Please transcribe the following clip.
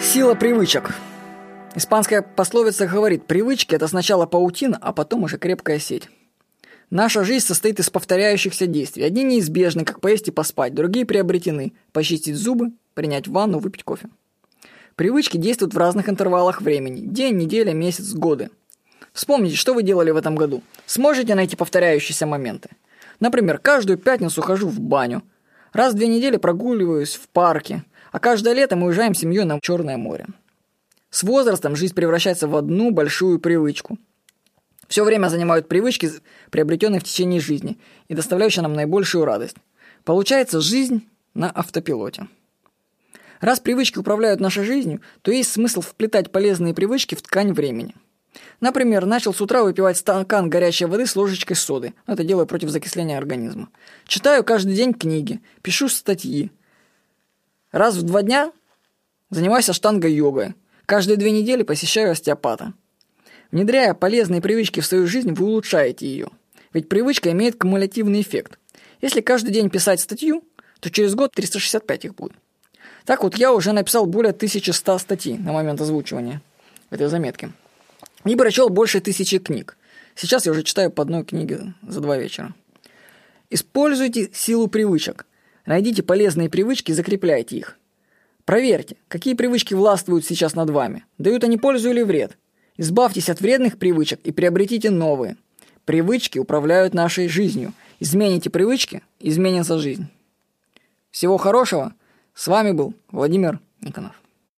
Сила привычек. Испанская пословица говорит: привычки – это сначала паутина, а потом уже крепкая сеть. Наша жизнь состоит из повторяющихся действий. Одни неизбежны, как поесть и поспать, другие приобретены – почистить зубы, принять ванну, выпить кофе. Привычки действуют в разных интервалах времени – день, неделя, месяц, годы. Вспомните, что вы делали в этом году. Сможете найти повторяющиеся моменты? Например, каждую пятницу хожу в баню, раз в 2 недели прогуливаюсь в парке, а каждое лето мы уезжаем с семьей на Черное море. С возрастом жизнь превращается в одну большую привычку. Все время занимают привычки, приобретенные в течение жизни и доставляющие нам наибольшую радость. Получается жизнь на автопилоте. Раз привычки управляют нашей жизнью, то есть смысл вплетать полезные привычки в ткань времени. Например, начал с утра выпивать стакан горячей воды с ложечкой соды. Это делаю против закисления организма. Читаю каждый день книги, пишу статьи. Раз в 2 дня занимаюсь аштанга-йогой. Каждые 2 недели посещаю остеопата. Внедряя полезные привычки в свою жизнь, вы улучшаете ее. Ведь привычка имеет кумулятивный эффект. Если каждый день писать статью, то через год 365 их будет. Так вот, я уже написал более 1100 статей на момент озвучивания этой заметки. И прочел больше 1000 книг. Сейчас я уже читаю по 1 книге за 2 вечера. Используйте силу привычек. Найдите полезные привычки и закрепляйте их. Проверьте, какие привычки властвуют сейчас над вами. Дают они пользу или вред. Избавьтесь от вредных привычек и приобретите новые. Привычки управляют нашей жизнью. Измените привычки, изменится жизнь. Всего хорошего. С вами был Владимир Никонов.